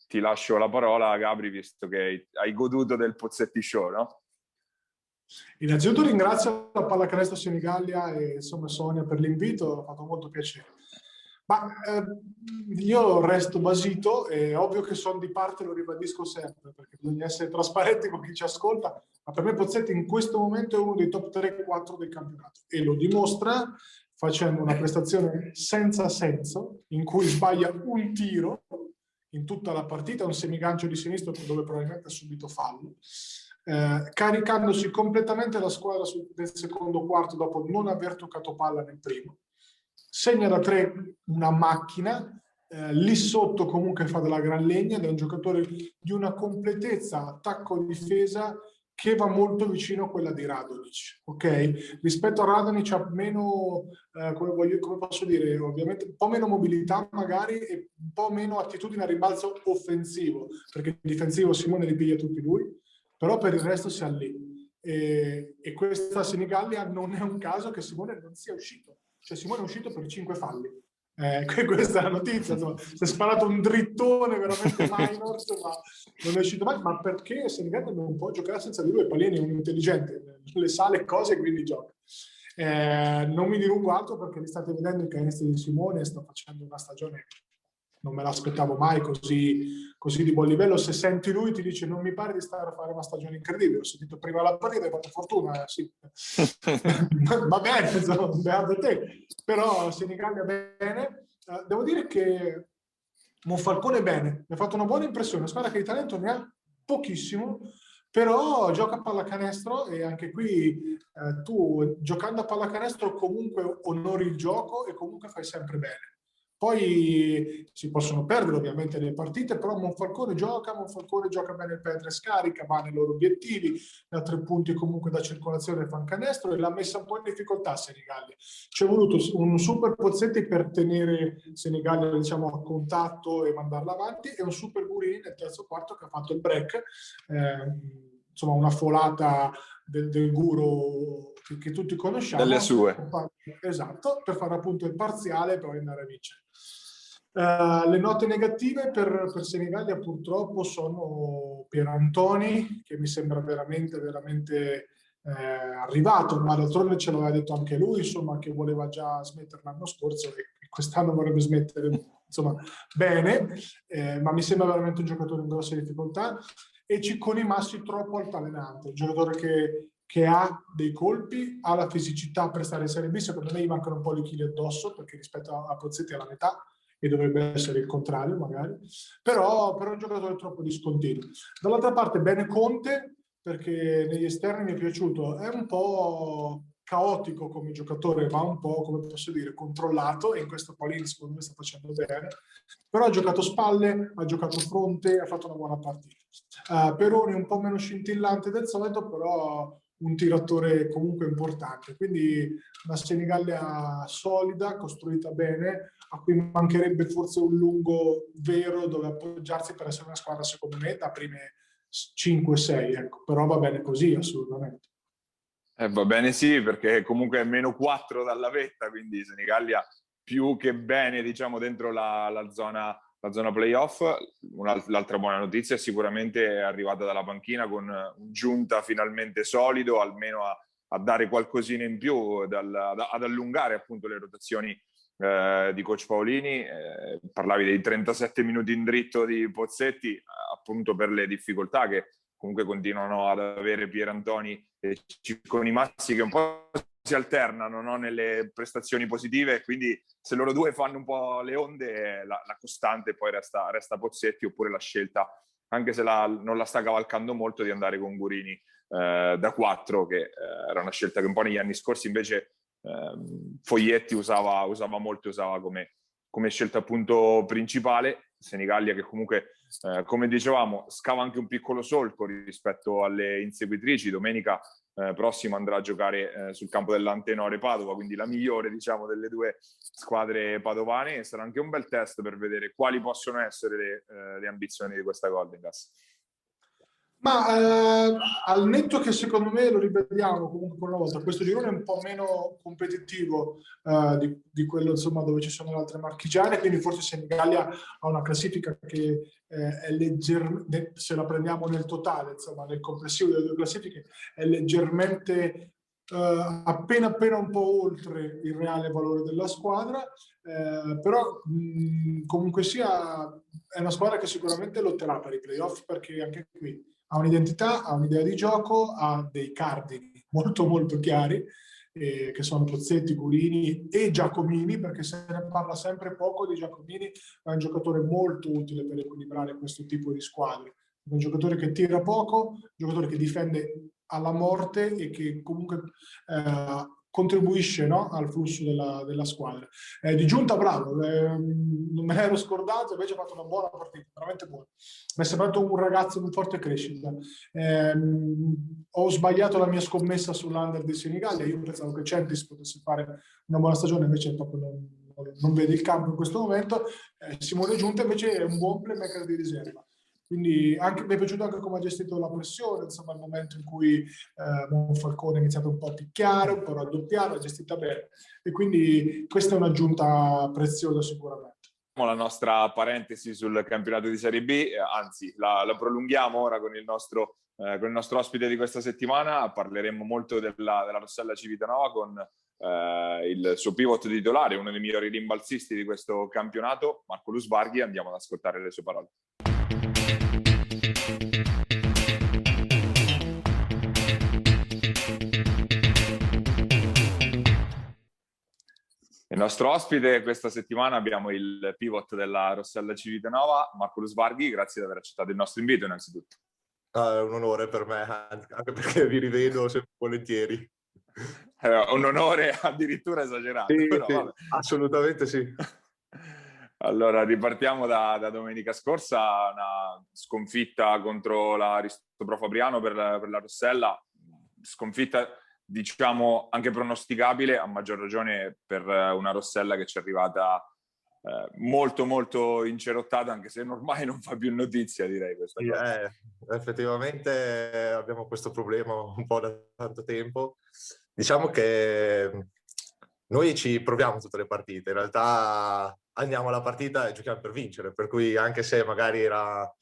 ti lascio la parola, Gabri, visto che hai goduto del Pozzetti Show, no? Innanzitutto ringrazio la Pallacanestro Senigallia e insomma Sonia per l'invito, ha fatto molto piacere. Ma eh, io resto basito, è ovvio che sono di parte, lo ribadisco sempre, perché bisogna essere trasparenti con chi ci ascolta, ma per me Pozzetti in questo momento è uno dei top tre quattro del campionato e lo dimostra facendo una prestazione senza senso, in cui sbaglia un tiro in tutta la partita, un semigancio di sinistro dove probabilmente ha subito fallo, eh, caricandosi completamente la squadra sul, del secondo quarto dopo non aver toccato palla nel primo. Segna da tre una macchina, eh, lì sotto comunque fa della gran legna ed è un giocatore di una completezza attacco-difesa che va molto vicino a quella di Radonic, ok? Rispetto a Radonic ha meno, eh, come, voglio, come posso dire, ovviamente un po' meno mobilità magari e un po' meno attitudine a rimbalzo offensivo, perché il difensivo Simone li piglia tutti lui, però per il resto si ha lì. E, e questa Senigallia non è un caso che Simone non sia uscito, cioè Simone è uscito per cinque falli. Eh, questa è la notizia, insomma, si è sparato un drittone veramente minors, ma non è uscito mai, ma perché Senigallia non può giocare senza di lui, Palini è un intelligente, le sa le cose e quindi gioca. Eh, non mi dilungo altro perché li state vedendo i canestri di Simone, sta facendo una stagione, non me l'aspettavo mai così, così di buon livello. Se senti lui ti dice non mi pare di stare a fare una stagione incredibile, ho sentito prima la partita, hai fatto fortuna, eh, sì. Va bene, insomma, beato te, però Senigallia bene. Uh, devo dire che Monfalcone bene, mi ha fatto una buona impressione, una squadra che di talento ne ha pochissimo, però gioca a pallacanestro e anche qui eh, tu giocando a pallacanestro comunque onori il gioco e comunque fai sempre bene. Poi si possono perdere ovviamente le partite, però Monfalcone gioca, Monfalcone gioca bene il penetra e scarica, va nei loro obiettivi, da tre punti comunque da circolazione fa un canestro e l'ha messa un po' in difficoltà Senigallia. Ci è voluto un super Pozzetti per tenere Senigallia diciamo a contatto e mandarla avanti e un super Gurini nel terzo quarto che ha fatto il break, eh, insomma una folata del, del Guru che, che tutti conosciamo. Delle sue. Per fare, esatto, per fare appunto il parziale e poi andare a vincere. Uh, le note negative per, per Senigallia purtroppo sono Pierantoni, che mi sembra veramente, veramente eh, arrivato, ma d'altronde ce l'aveva detto anche lui, insomma, che voleva già smettere l'anno scorso e quest'anno vorrebbe smettere, insomma, bene, eh, ma mi sembra veramente un giocatore in grosse difficoltà. E Cicconi Massi troppo altalenante, un giocatore che, che ha dei colpi, ha la fisicità per stare in Serie B, secondo me gli mancano un po' di chili addosso, perché rispetto a, a Pozzetti è alla metà, e dovrebbe essere il contrario magari, però, però è un giocatore troppo discontinuo. Dall'altra parte bene Conte, perché negli esterni mi è piaciuto, è un po' caotico come giocatore, ma un po', come posso dire, controllato, e in questo Palini secondo me sta facendo bene, però ha giocato spalle, ha giocato fronte, ha fatto una buona partita. Uh, Peroni un po' meno scintillante del solito, però un tiratore comunque importante, quindi una Senigallia solida, costruita bene, a cui mancherebbe forse un lungo vero dove appoggiarsi per essere una squadra secondo me da prime cinque sei, ecco. Però va bene così assolutamente. Eh, va bene sì, perché comunque è meno quattro dalla vetta, quindi Senigallia più che bene diciamo dentro la, la zona la zona playoff. L'altra buona notizia è sicuramente è arrivata dalla panchina con un Giunta finalmente solido, almeno a, a dare qualcosina in più, dal, ad, ad allungare appunto le rotazioni eh, di coach Paolini. Eh, parlavi dei trentasette minuti in dritto di Pozzetti, eh, appunto per le difficoltà che comunque continuano ad avere Pierantoni e Cicconi Massi, che un po' si alternano, no? Nelle prestazioni positive, quindi se loro due fanno un po' le onde, la, la costante poi resta, resta Pozzetti, oppure la scelta, anche se la, non la sta cavalcando molto, di andare con Gurini eh, da quattro, che eh, era una scelta che un po' negli anni scorsi invece eh, Foglietti usava, usava molto, usava come, come scelta appunto principale. Senigallia che comunque eh, come dicevamo scava anche un piccolo solco rispetto alle inseguitrici. Domenica eh, prossima andrà a giocare eh, sul campo dell'Antenore Padova, quindi la migliore diciamo delle due squadre padovane, e sarà anche un bel test per vedere quali possono essere le, eh, le ambizioni di questa Golden Gas. Ma eh, al netto che secondo me, lo ripetiamo comunque per una volta, questo girone è un po' meno competitivo eh, di, di quello insomma dove ci sono le altre marchigiane, quindi forse Senigallia ha una classifica che eh, è leggermente, se la prendiamo nel totale, insomma nel complessivo delle due classifiche, è leggermente eh, appena appena un po' oltre il reale valore della squadra, eh, però mh, comunque sia è una squadra che sicuramente lotterà per i playoff, perché anche qui ha un'identità, ha un'idea di gioco, ha dei cardini molto molto chiari, eh, che sono Pozzetti, Curini e Giacomini, perché se ne parla sempre poco di Giacomini, ma è un giocatore molto utile per equilibrare questo tipo di squadre. È un giocatore che tira poco, un giocatore che difende alla morte e che comunque eh, contribuisce, no, al flusso della, della squadra. Eh, di giunta bravo, eh, non me l'ero scordato, invece ha fatto una buona partita, veramente buona. Mi è sembrato un ragazzo di forte crescita. Eh, ho sbagliato la mia scommessa sull'Under di Senigallia, io pensavo che Centis potesse fare una buona stagione, invece proprio non, non vede il campo in questo momento. Eh, Simone Giunta invece è un buon playmaker di riserva. Quindi anche, mi è piaciuto anche come ha gestito la pressione, insomma, il momento in cui eh, Monfalcone ha iniziato un po' a picchiare, un po' a raddoppiare, ha gestita bene. E quindi questa è un'aggiunta preziosa sicuramente. La nostra parentesi sul campionato di Serie B, eh, anzi la, la prolunghiamo ora con il nostro, eh, con il nostro ospite di questa settimana. Parleremo molto della, della Rossella Civitanova con eh, il suo pivot titolare, uno dei migliori rimbalzisti di questo campionato, Marco Lusbarghi. Andiamo ad ascoltare le sue parole. Il nostro ospite questa settimana abbiamo il pivot della Rossella Civitanova, Marco Lusbarghi. Grazie di aver accettato il nostro invito innanzitutto. Ah, è un onore per me, anche perché vi rivedo sempre volentieri. È un onore addirittura esagerato. Sì, però, sì, vabbè. assolutamente sì. Allora, ripartiamo da, da domenica scorsa, una sconfitta contro l'Aristopro Fabriano per, per la Rossella, sconfitta diciamo anche pronosticabile, a maggior ragione per una Rossella che ci è arrivata eh, molto molto incerottata, anche se ormai non fa più notizia, direi questa Sì, cosa. eh, effettivamente abbiamo questo problema un po' da tanto tempo. Diciamo che noi ci proviamo tutte le partite, in realtà andiamo alla partita e giochiamo per vincere, per cui anche se magari era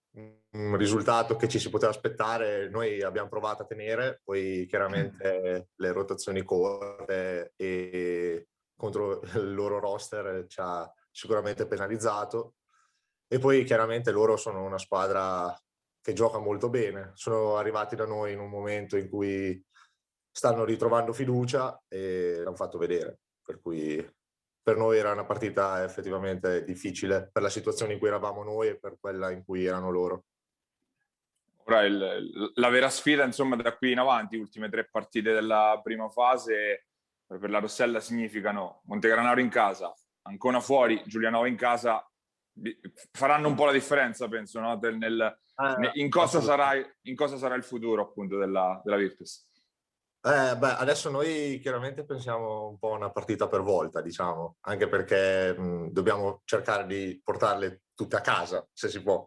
un risultato che ci si poteva aspettare, noi abbiamo provato a tenere, poi chiaramente le rotazioni corte e contro il loro roster ci ha sicuramente penalizzato, e poi chiaramente loro sono una squadra che gioca molto bene, sono arrivati da noi in un momento in cui stanno ritrovando fiducia e l'hanno fatto vedere, per cui per noi era una partita effettivamente difficile per la situazione in cui eravamo noi e per quella in cui erano loro. Ora il, la vera sfida, insomma, da qui in avanti, ultime tre partite della prima fase per la Rossella significano Montegranaro in casa, Ancona fuori, Giulianova in casa, faranno un po' la differenza, penso, no? Nel, Eh, in, cosa sarà, in cosa sarà il futuro appunto della, della Virtus. Eh, beh, adesso noi chiaramente pensiamo un po' a una partita per volta, diciamo, anche perché mh, dobbiamo cercare di portarle tutte a casa, se si può,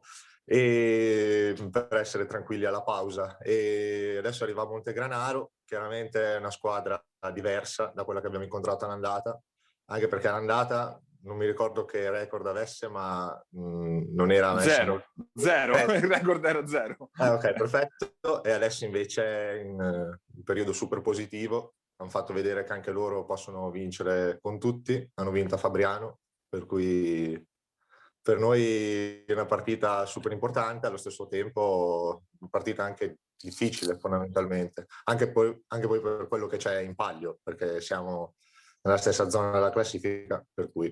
e per essere tranquilli alla pausa. E adesso arriva a Montegranaro, chiaramente è una squadra diversa da quella che abbiamo incontrato all'andata, anche perché all'andata non mi ricordo che record avesse, ma mh, non era messo zero, molto... zero, Eh, il record era zero. Eh, ok, perfetto. E adesso invece è in un periodo super positivo. Hanno fatto vedere che anche loro possono vincere con tutti. Hanno vinto a Fabriano, per cui per noi è una partita super importante, allo stesso tempo una partita anche difficile fondamentalmente, anche poi, anche poi per quello che c'è in palio, perché siamo nella stessa zona della classifica, per cui...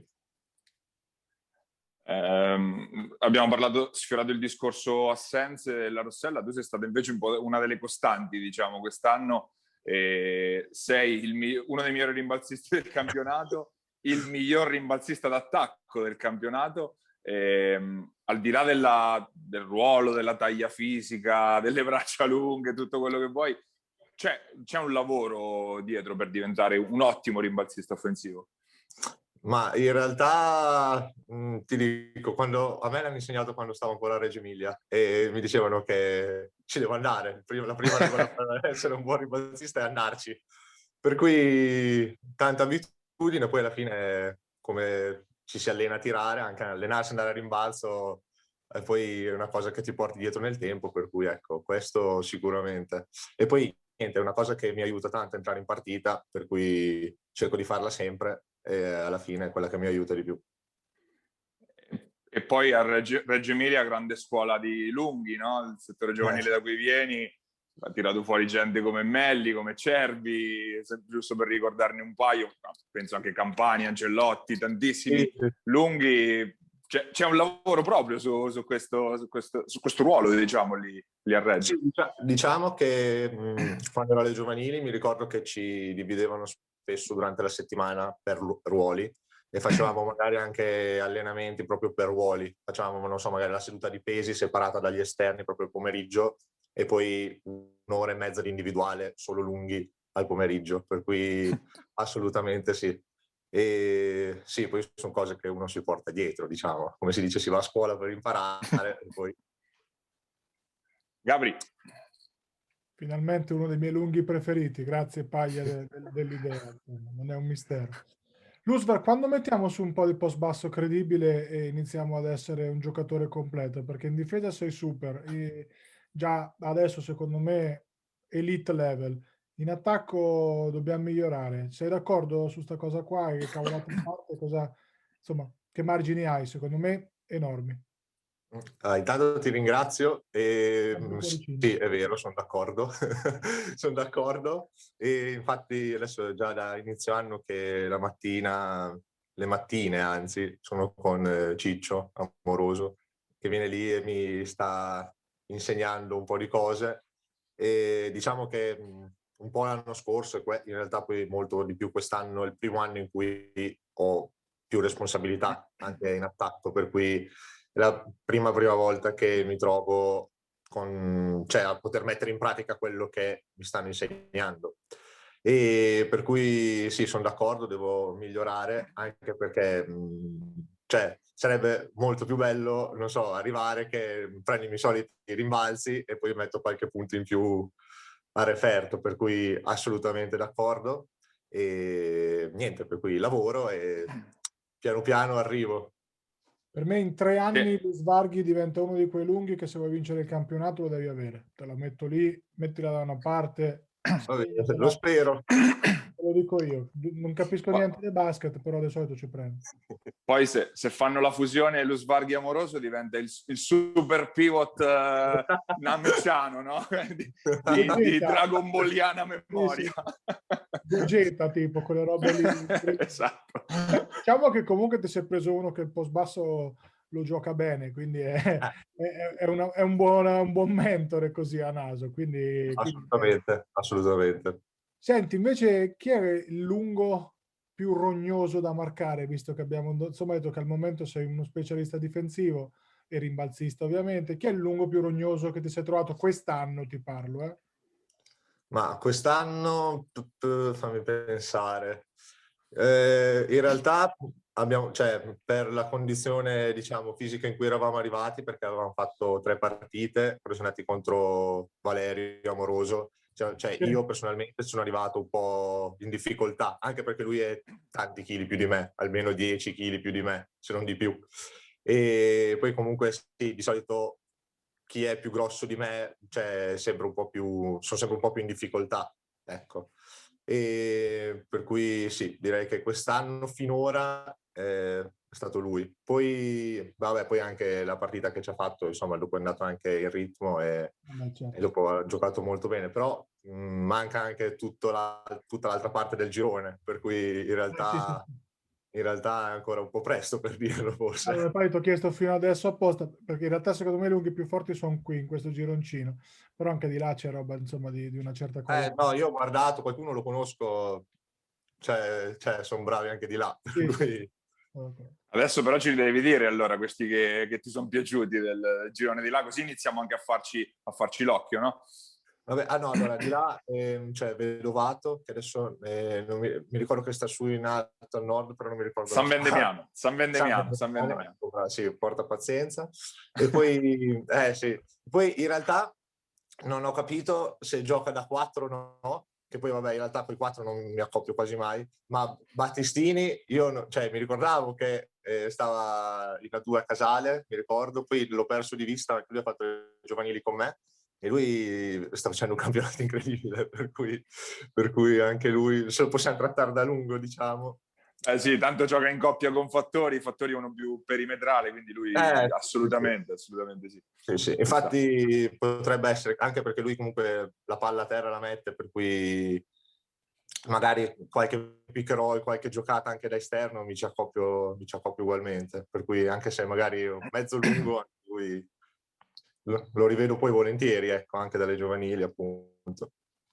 Eh, abbiamo parlato, sfiorato il discorso assenze della Rossella. Tu sei stata invece un po' una delle costanti, diciamo, quest'anno. Eh, sei il, uno dei migliori rimbalzisti del campionato, il miglior rimbalzista d'attacco del campionato. Eh, al di là della, del ruolo, della taglia fisica, delle braccia lunghe, tutto quello che vuoi, c'è, c'è un lavoro dietro per diventare un ottimo rimbalzista offensivo. Ma in realtà mh, ti dico, quando, a me l'hanno insegnato quando stavo ancora a Reggio Emilia e mi dicevano che ci devo andare. Prima, la prima regola per essere un buon ribalzista è andarci. Per cui tanta abitudine, poi alla fine come ci si allena a tirare, anche allenarsi, andare a rimbalzo, e poi è una cosa che ti porti dietro nel tempo, per cui ecco, questo sicuramente. E poi niente, è una cosa che mi aiuta tanto a entrare in partita, per cui cerco di farla sempre e alla fine è quella che mi aiuta di più. E poi a Reggio, Reggio Emilia, grande scuola di lunghi, no? Il settore giovanile Eh. da cui vieni ha tirato fuori gente come Melli, come Cervi, giusto per ricordarne un paio, penso anche Campani, Angellotti, tantissimi Sì, sì. lunghi. C'è, c'è un lavoro proprio su, su, questo, su, questo, su questo ruolo, diciamo, lì, lì a Reggio. Sì, diciamo che mh, quando ero alle giovanili mi ricordo che ci dividevano spesso durante la settimana per ruoli e facevamo magari anche allenamenti proprio per ruoli. Facevamo, non so, magari la seduta di pesi separata dagli esterni proprio il pomeriggio e poi un'ora e mezza di individuale, solo lunghi al pomeriggio, per cui assolutamente sì. E sì, poi sono cose che uno si porta dietro, diciamo. Come si dice, si va a scuola per imparare e poi... Gabri. Finalmente uno dei miei lunghi preferiti, grazie Paglia de, de, dell'idea, non è un mistero. Lusvar, quando mettiamo su un po' di post basso credibile e iniziamo ad essere un giocatore completo? Perché in difesa sei super, e già adesso secondo me elite level, in attacco dobbiamo migliorare. Sei d'accordo su sta cosa qua? E che cavolata a parte, cosa, insomma, che margini hai? Secondo me enormi. Ah, intanto ti ringrazio e Cuoricino. sì, è vero, sono d'accordo, sono d'accordo e infatti adesso è già da inizio anno che la mattina, le mattine anzi, sono con eh, Ciccio Amoroso che viene lì e mi sta insegnando un po' di cose e diciamo che mh, un po' l'anno scorso e in realtà poi molto di più quest'anno è il primo anno in cui ho più responsabilità anche in attacco, per cui è la prima prima volta che mi trovo con, cioè, a poter mettere in pratica quello che mi stanno insegnando. E per cui sì, sono d'accordo, devo migliorare, anche perché mh, cioè, sarebbe molto più bello, non so, arrivare che prendi i miei soliti rimbalzi e poi metto qualche punto in più a referto, per cui assolutamente d'accordo. E niente, per cui lavoro e piano piano arrivo. Per me in tre anni Sì. Svarghi diventa uno di quei lunghi che se vuoi vincere il campionato lo devi avere. Te la metto lì, mettila da una parte. Vabbè, lo spero. Te lo dico io. Non capisco niente di basket, però di solito ci prendo. Poi se, se fanno la fusione lo Svarghi Amoroso diventa il, il super pivot uh, nameciano, no? di, di, di Dragon Balliana memoria. Gogeta, tipo, quelle robe lì. Esatto. Diciamo che comunque ti sei preso uno che il post basso lo gioca bene, quindi è, è, è, una, è un, buon, un buon mentore così a naso. Quindi, assolutamente, quindi... assolutamente. Senti, invece, chi è il lungo più rognoso da marcare, visto che abbiamo insomma detto che al momento sei uno specialista difensivo e rimbalzista ovviamente. Chi è il lungo più rognoso che ti sei trovato quest'anno, ti parlo, eh? Ma quest'anno, fammi pensare, eh, in realtà abbiamo, cioè, per la condizione, diciamo, fisica in cui eravamo arrivati, perché avevamo fatto tre partite, presentati contro Valerio Amoroso, cioè, cioè io personalmente sono arrivato un po' in difficoltà, anche perché lui è tanti chili più di me, almeno dieci chili più di me, se non di più. E poi comunque sì, di solito chi è più grosso di me, cioè, sempre un po' più, sono sempre un po' più in difficoltà, ecco. E per cui sì, direi che quest'anno finora eh, è stato lui. Poi, vabbè, poi anche la partita che ci ha fatto, insomma, dopo è andato anche il ritmo e, e dopo ha giocato molto bene, però mh, manca anche tutta, la, tutta l'altra parte del girone, per cui in realtà... Sì, sì, sì. In realtà è ancora un po' presto per dirlo, forse. Allora, poi ti ho chiesto fino adesso apposta, perché in realtà secondo me i lunghi più forti sono qui, in questo gironcino. Però anche di là c'è roba, insomma, di, di una certa qualità. Eh, no, io ho guardato, qualcuno lo conosco, cioè, cioè sono bravi anche di là. Sì, Lui... sì. Okay. Adesso però ci devi dire allora questi che, che ti sono piaciuti del girone di là, così iniziamo anche a farci, a farci l'occhio, no? Vabbè, ah no, allora di là ehm, c'è Vedovato, che adesso eh, non mi, mi ricordo che sta su in alto al nord, però non mi ricordo San la squadra. Vendemiano, San San Vendemiano, San Vendemiano, Vendemiano. ecco, sì, porta pazienza. E poi, eh, sì. Poi in realtà non ho capito se gioca da quattro o no, che poi vabbè in realtà con i quattro non mi accoppio quasi mai, ma Battistini io no, cioè, mi ricordavo che eh, stava in A due a Casale, mi ricordo, poi l'ho perso di vista perché lui ha fatto i giovanili con me e lui sta facendo un campionato incredibile, per cui, per cui anche lui se lo possiamo trattare da lungo, diciamo. Eh sì, tanto gioca in coppia con Fattori, Fattori è uno più perimetrale, quindi lui Eh, sì, sì. assolutamente, assolutamente sì. Sì, sì. Infatti potrebbe essere, anche perché lui comunque la palla a terra la mette, per cui magari qualche pick and roll, qualche giocata anche da esterno mi ci accoppio, mi ci accoppio ugualmente, per cui anche se magari mezzo lungo lui lo, lo rivedo poi volentieri, ecco, anche dalle giovanili appunto.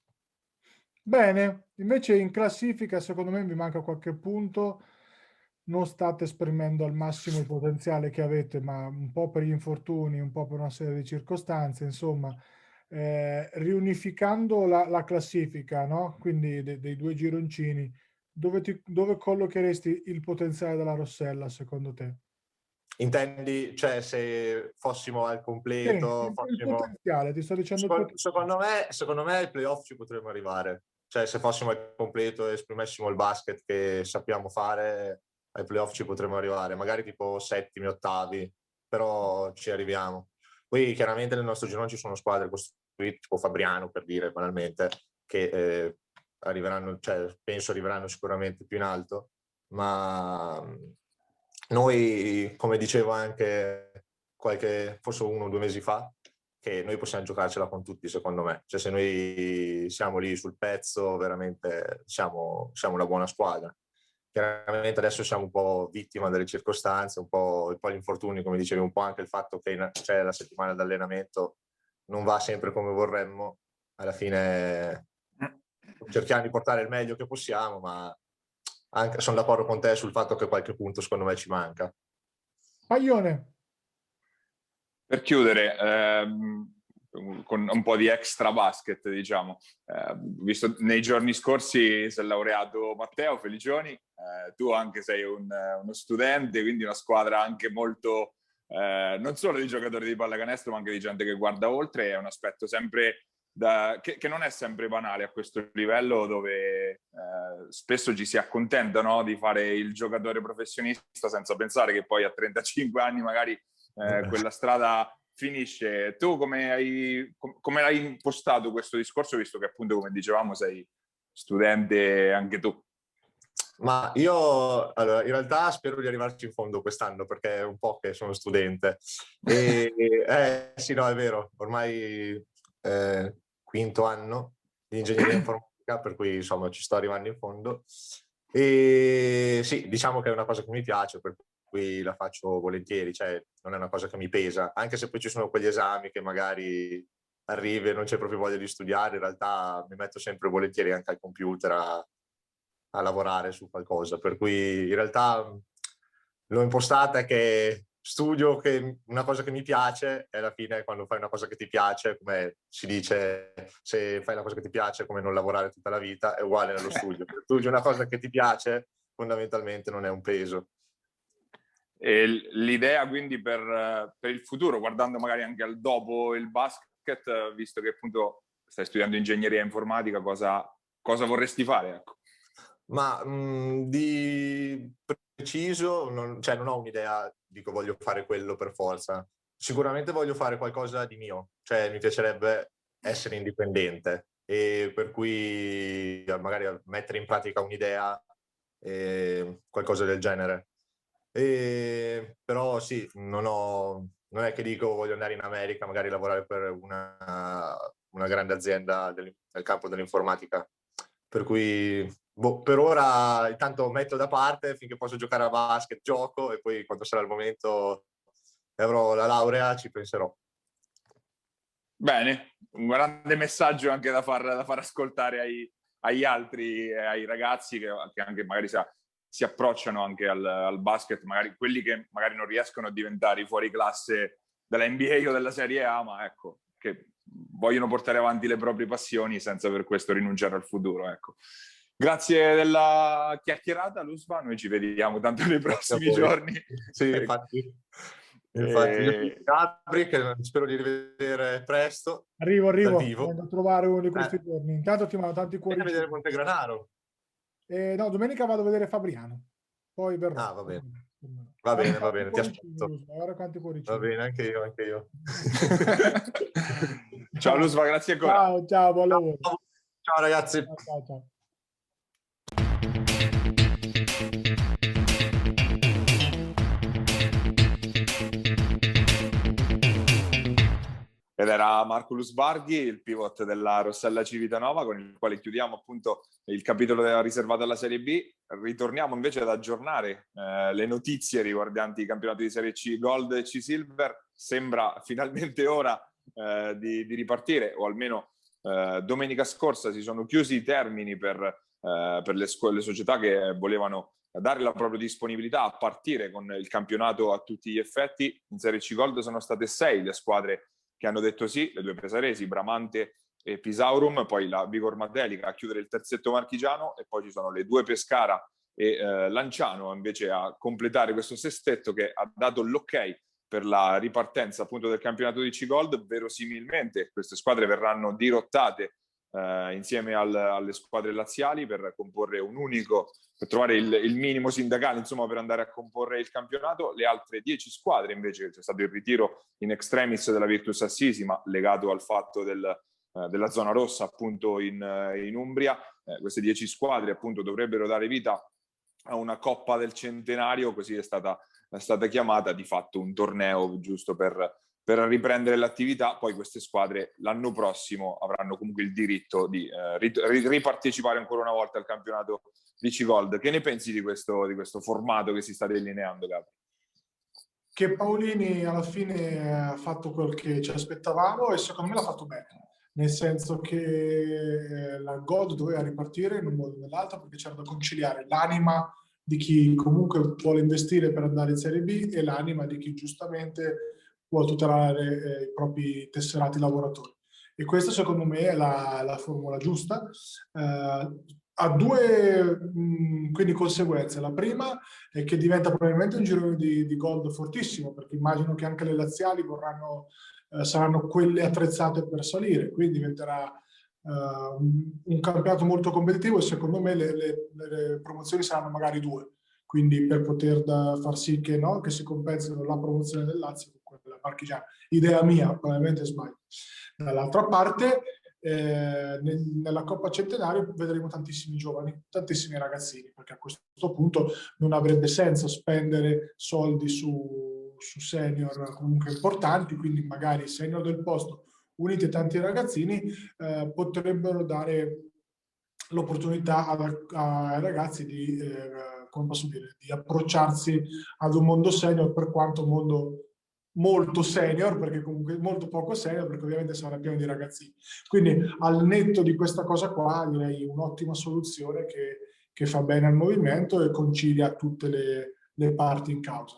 Bene, invece in classifica secondo me vi manca qualche punto, non state esprimendo al massimo il potenziale che avete, ma un po' per gli infortuni, un po' per una serie di circostanze, insomma, eh, riunificando la, la classifica, no? Quindi de- dei due gironcini, dove, ti- dove collocheresti il potenziale della Rossella secondo te? Intendi, cioè se fossimo al Sì, completo, il, il fossimo... potenziale, ti sto dicendo il Secondo, potenziale. secondo me, secondo me ai playoff ci potremmo arrivare, cioè se fossimo al completo e esprimessimo il basket che sappiamo fare, ai playoff ci potremmo arrivare, magari tipo settimi, ottavi, però ci arriviamo. Poi chiaramente nel nostro girone ci sono squadre costruite, tipo Fabriano per dire banalmente, che eh, arriveranno, cioè penso arriveranno sicuramente più in alto, ma noi, come dicevo anche qualche, forse uno o due mesi fa, che noi possiamo giocarcela con tutti, secondo me. Cioè, se noi siamo lì sul pezzo, veramente siamo, siamo una buona squadra. Chiaramente adesso siamo un po' vittima delle circostanze, un po', un po' gli infortuni, come dicevi, un po' anche il fatto che in, cioè, la settimana d'allenamento non va sempre come vorremmo. Alla fine cerchiamo di portare il meglio che possiamo, ma anche, sono d'accordo con te sul fatto che qualche punto secondo me ci manca. Paglione, Per chiudere, ehm, con un po' di extra basket, diciamo, eh, visto nei giorni scorsi si è laureato Matteo Felicioni, eh, tu anche sei un, uno studente, quindi una squadra anche molto, eh, non solo di giocatori di pallacanestro, ma anche di gente che guarda oltre, è un aspetto sempre da, che, che non è sempre banale a questo livello, dove eh, spesso ci si accontenta, no, di fare il giocatore professionista senza pensare che poi a trentacinque anni magari eh, quella strada finisce. Tu come hai, com- come hai impostato questo discorso, visto che appunto, come dicevamo, sei studente anche tu? Ma io, allora, in realtà spero di arrivarci in fondo quest'anno perché è un po' che sono studente. E, eh, sì, no, è vero, ormai eh, quinto anno di ingegneria informatica, per cui insomma ci sto arrivando in fondo. E sì, diciamo che è una cosa che mi piace, per cui la faccio volentieri, cioè non è una cosa che mi pesa, anche se poi ci sono quegli esami che magari arrivi e non c'è proprio voglia di studiare, in realtà mi metto sempre volentieri anche al computer a a lavorare su qualcosa, per cui in realtà l'ho impostata che studio che una cosa che mi piace e alla fine quando fai una cosa che ti piace, come si dice, se fai una cosa che ti piace come non lavorare tutta la vita, è uguale nello studio. Se studi una cosa che ti piace, fondamentalmente non è un peso. E l'idea quindi per, per il futuro, guardando magari anche al dopo il basket, visto che appunto stai studiando ingegneria informatica, cosa, cosa vorresti fare? Ecco. Ma mh, di preciso, non, cioè non ho un'idea, dico voglio fare quello per forza. Sicuramente voglio fare qualcosa di mio, cioè mi piacerebbe essere indipendente e per cui magari mettere in pratica un'idea, eh, qualcosa del genere. E, però sì, non ho, non è che dico voglio andare in America, magari lavorare per una, una grande azienda del, nel campo dell'informatica. Per cui boh, per ora intanto metto da parte finché posso giocare a basket, gioco e poi quando sarà il momento e avrò la laurea ci penserò. Bene, un grande messaggio anche da far, da far ascoltare ai, agli altri, ai ragazzi che, che anche magari si, si approcciano anche al, al basket, magari quelli che magari non riescono a diventare fuori classe della N B A o della Serie A, ma ecco, che vogliono portare avanti le proprie passioni senza per questo rinunciare al futuro, ecco. Grazie della chiacchierata, Lusva, noi ci vediamo tanto nei prossimi giorni. Sì, infatti. Infatti, e... Gabri, che spero di rivedere presto. Arrivo, arrivo, vengo a trovare uno di questi eh. giorni. Intanto ti mando tanti cuori. Vieni a vedere Montegranaro. Eh, no, domenica vado a vedere Fabriano. Poi verrò. Ah, va bene. Va bene, va bene, ti aspetto. Guarda quanti cuoricini. Va bene, anche io, anche io. Ciao Lusva, grazie ancora. Ciao, ciao, buon lavoro. Ciao, ciao ragazzi. Ciao, ciao, ciao. Ed era Marco Lusbarghi, il pivot della Rossella Civitanova, con il quale chiudiamo appunto il capitolo riservato alla Serie B. Ritorniamo invece ad aggiornare eh, le notizie riguardanti i campionati di Serie C Gold e C Silver. Sembra finalmente ora eh, di, di ripartire, o almeno eh, domenica scorsa si sono chiusi i termini per, eh, per le, le società che volevano dare la propria disponibilità a partire con il campionato a tutti gli effetti. In Serie C Gold sono state sei le squadre che hanno detto sì, le due pesaresi, Bramante e Pisaurum, poi la Vigor Matelica a chiudere il terzetto marchigiano, e poi ci sono le due Pescara e eh, Lanciano invece a completare questo sestetto, che ha dato l'ok per la ripartenza appunto del campionato di C-Gold. Verosimilmente queste squadre verranno dirottate eh, insieme al, alle squadre laziali per comporre un unico, per trovare il, il minimo sindacale, insomma, per andare a comporre il campionato. Le altre dieci squadre invece, c'è stato il ritiro in extremis della Virtus Assisi, ma legato al fatto del, eh, della zona rossa appunto in, in Umbria. Eh, queste dieci squadre appunto dovrebbero dare vita a una Coppa del Centenario, così è stata, è stata chiamata, di fatto un torneo giusto per, per riprendere l'attività. Poi queste squadre l'anno prossimo avranno comunque il diritto di eh, ripartecipare ancora una volta al campionato di C-Gold. Che ne pensi di questo, di questo formato che si sta delineando, Gabri? Che Paolini alla fine ha fatto quel che ci aspettavamo, e secondo me l'ha fatto bene, nel senso che la Gold doveva ripartire in un modo o nell'altro, perché c'era da conciliare l'anima di chi comunque vuole investire per andare in Serie B e l'anima di chi giustamente vuole tutelare eh, i propri tesserati lavoratori. E questa secondo me è la, la formula giusta. Eh, ha due mh, quindi conseguenze. La prima è che diventa probabilmente un girone di, di Gold fortissimo, perché immagino che anche le laziali vorranno, eh, saranno quelle attrezzate per salire, quindi diventerà Uh, un, un campionato molto competitivo, e secondo me le, le, le promozioni saranno magari due, quindi per poter da, far sì che, no, che si compensino la promozione del Lazio con quella marchigiana. Idea mia, probabilmente sbaglio. Dall'altra parte eh, nel, nella Coppa Centenario vedremo tantissimi giovani, tantissimi ragazzini, perché a questo punto non avrebbe senso spendere soldi su, su senior comunque importanti, quindi magari senior del posto uniti tanti ragazzini eh, potrebbero dare l'opportunità ai ragazzi di, eh, come posso dire, di approcciarsi ad un mondo senior, per quanto un mondo molto senior, perché comunque molto poco senior, perché ovviamente sarà pieno di ragazzini. Quindi al netto di questa cosa qua direi un'ottima soluzione che, che fa bene al movimento e concilia tutte le, le parti in causa.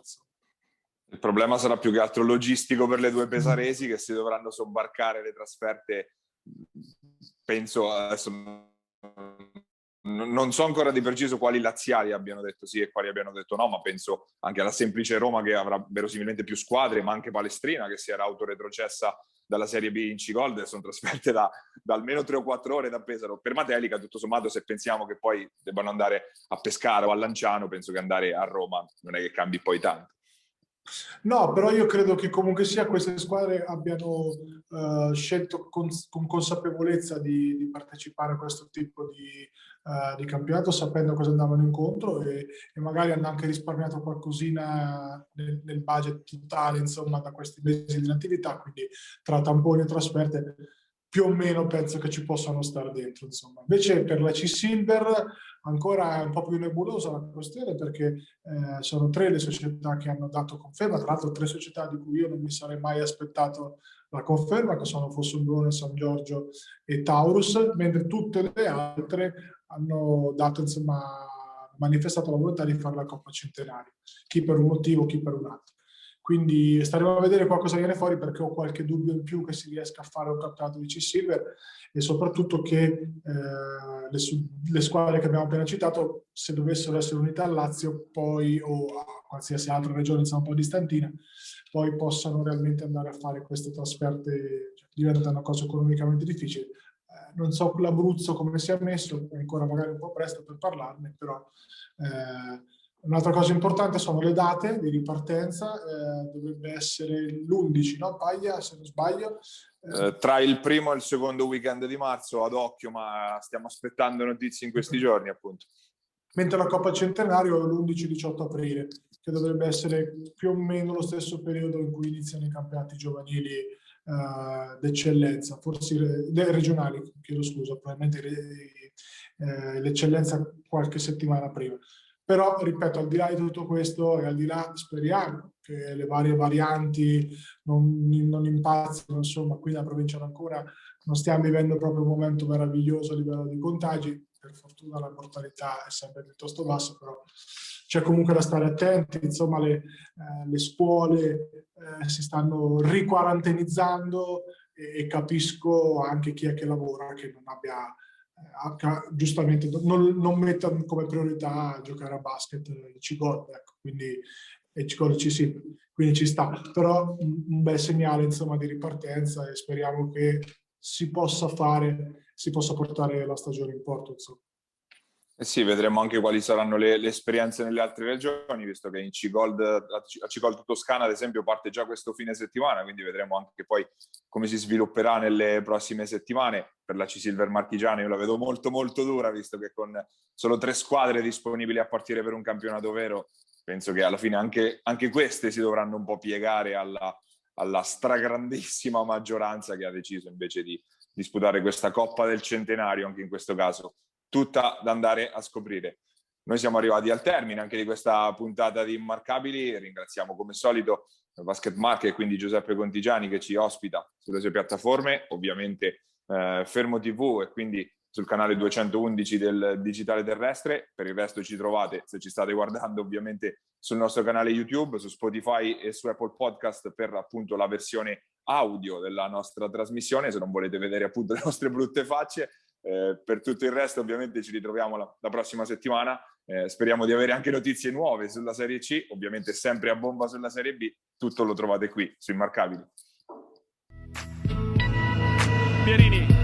Il problema sarà più che altro logistico per le due pesaresi, che si dovranno sobbarcare le trasferte. Penso, adesso non so ancora di preciso quali laziali abbiano detto sì e quali abbiano detto no, ma penso anche alla semplice Roma, che avrà verosimilmente più squadre, ma anche Palestrina, che si era autoretrocessa dalla Serie B in C-Gold, e sono trasferte da, da almeno tre o quattro ore da Pesaro. Per Matelica, tutto sommato, se pensiamo che poi debbano andare a Pescara o a Lanciano, penso che andare a Roma non è che cambi poi tanto. No, però io credo che comunque sia queste squadre abbiano uh, scelto con, con consapevolezza di, di partecipare a questo tipo di, uh, di campionato, sapendo cosa andavano incontro, e, e magari hanno anche risparmiato qualcosina nel, nel budget totale, insomma, da questi mesi di attività. Quindi tra tamponi e trasferte più o meno penso che ci possano stare dentro, insomma. Invece per la C-Silver ancora è un po' più nebulosa la questione, perché eh, sono tre le società che hanno dato conferma, tra l'altro tre società di cui io non mi sarei mai aspettato la conferma, che sono Fossombrone, San Giorgio e Taurus, mentre tutte le altre hanno dato, insomma, manifestato la volontà di fare la Coppa Centenario, chi per un motivo, chi per un altro. quindi staremo a vedere qualcosa viene fuori, perché ho qualche dubbio in più che si riesca a fare un campionato di C-Silver, e soprattutto che eh, le, le squadre che abbiamo appena citato, se dovessero essere unite al Lazio poi, o a qualsiasi altra regione insomma, un po' distantina, poi possano realmente andare a fare queste trasferte, cioè, diventa una cosa economicamente difficile. Eh, non so l'Abruzzo come si è messo, ancora magari un po' presto per parlarne, però eh, un'altra cosa importante sono le date di ripartenza, eh, dovrebbe essere l'undici, no Paglia, se non sbaglio? Eh, eh, tra il primo e il secondo weekend di marzo, ad occhio, ma stiamo aspettando notizie in questi giorni, appunto. Mentre la Coppa Centenario è l'undici diciotto aprile, che dovrebbe essere più o meno lo stesso periodo in cui iniziano i campionati giovanili eh, d'eccellenza, forse le regionali, chiedo scusa, probabilmente eh, l'eccellenza qualche settimana prima. Però, ripeto, al di là di tutto questo e al di là, speriamo che le varie varianti non, non impazzino, insomma, qui nella provincia d'Ancona non stiamo vivendo proprio un momento meraviglioso a livello di contagi. Per fortuna la mortalità è sempre piuttosto bassa, però c'è comunque da stare attenti. Insomma, le, eh, le scuole eh, si stanno riquarantenizzando e, e capisco anche chi è che lavora che non abbia... giustamente non, non metta come priorità giocare a basket il C-Gold, ecco, quindi e C-Gold ci sì, quindi ci sta, però un, un bel segnale insomma di ripartenza, e speriamo che si possa fare, si possa portare la stagione in porto, insomma. Eh sì, vedremo anche quali saranno le, le esperienze nelle altre regioni, visto che in C-Gold, a C-Gold Toscana ad esempio parte già questo fine settimana, quindi vedremo anche poi come si svilupperà nelle prossime settimane. Per la C-Silver marchigiana io la vedo molto molto dura, visto che con solo tre squadre disponibili a partire per un campionato vero, penso che alla fine anche, anche queste si dovranno un po' piegare alla, alla stragrandissima maggioranza che ha deciso invece di disputare questa Coppa del Centenario, anche in questo caso tutta da andare a scoprire. Noi siamo arrivati al termine anche di questa puntata di Immarcabili. Ringraziamo come solito Basket Marche e quindi Giuseppe Contigiani che ci ospita sulle sue piattaforme, ovviamente eh, Fermo tivù e quindi sul canale duecentoundici del Digitale Terrestre. Per il resto ci trovate, se ci state guardando, ovviamente sul nostro canale YouTube, su Spotify e su Apple Podcast per appunto la versione audio della nostra trasmissione, se non volete vedere appunto le nostre brutte facce. Eh, per tutto il resto ovviamente ci ritroviamo la, la prossima settimana, eh, speriamo di avere anche notizie nuove sulla Serie C, ovviamente sempre a bomba sulla Serie B, tutto lo trovate qui su Immarcabili. Pierini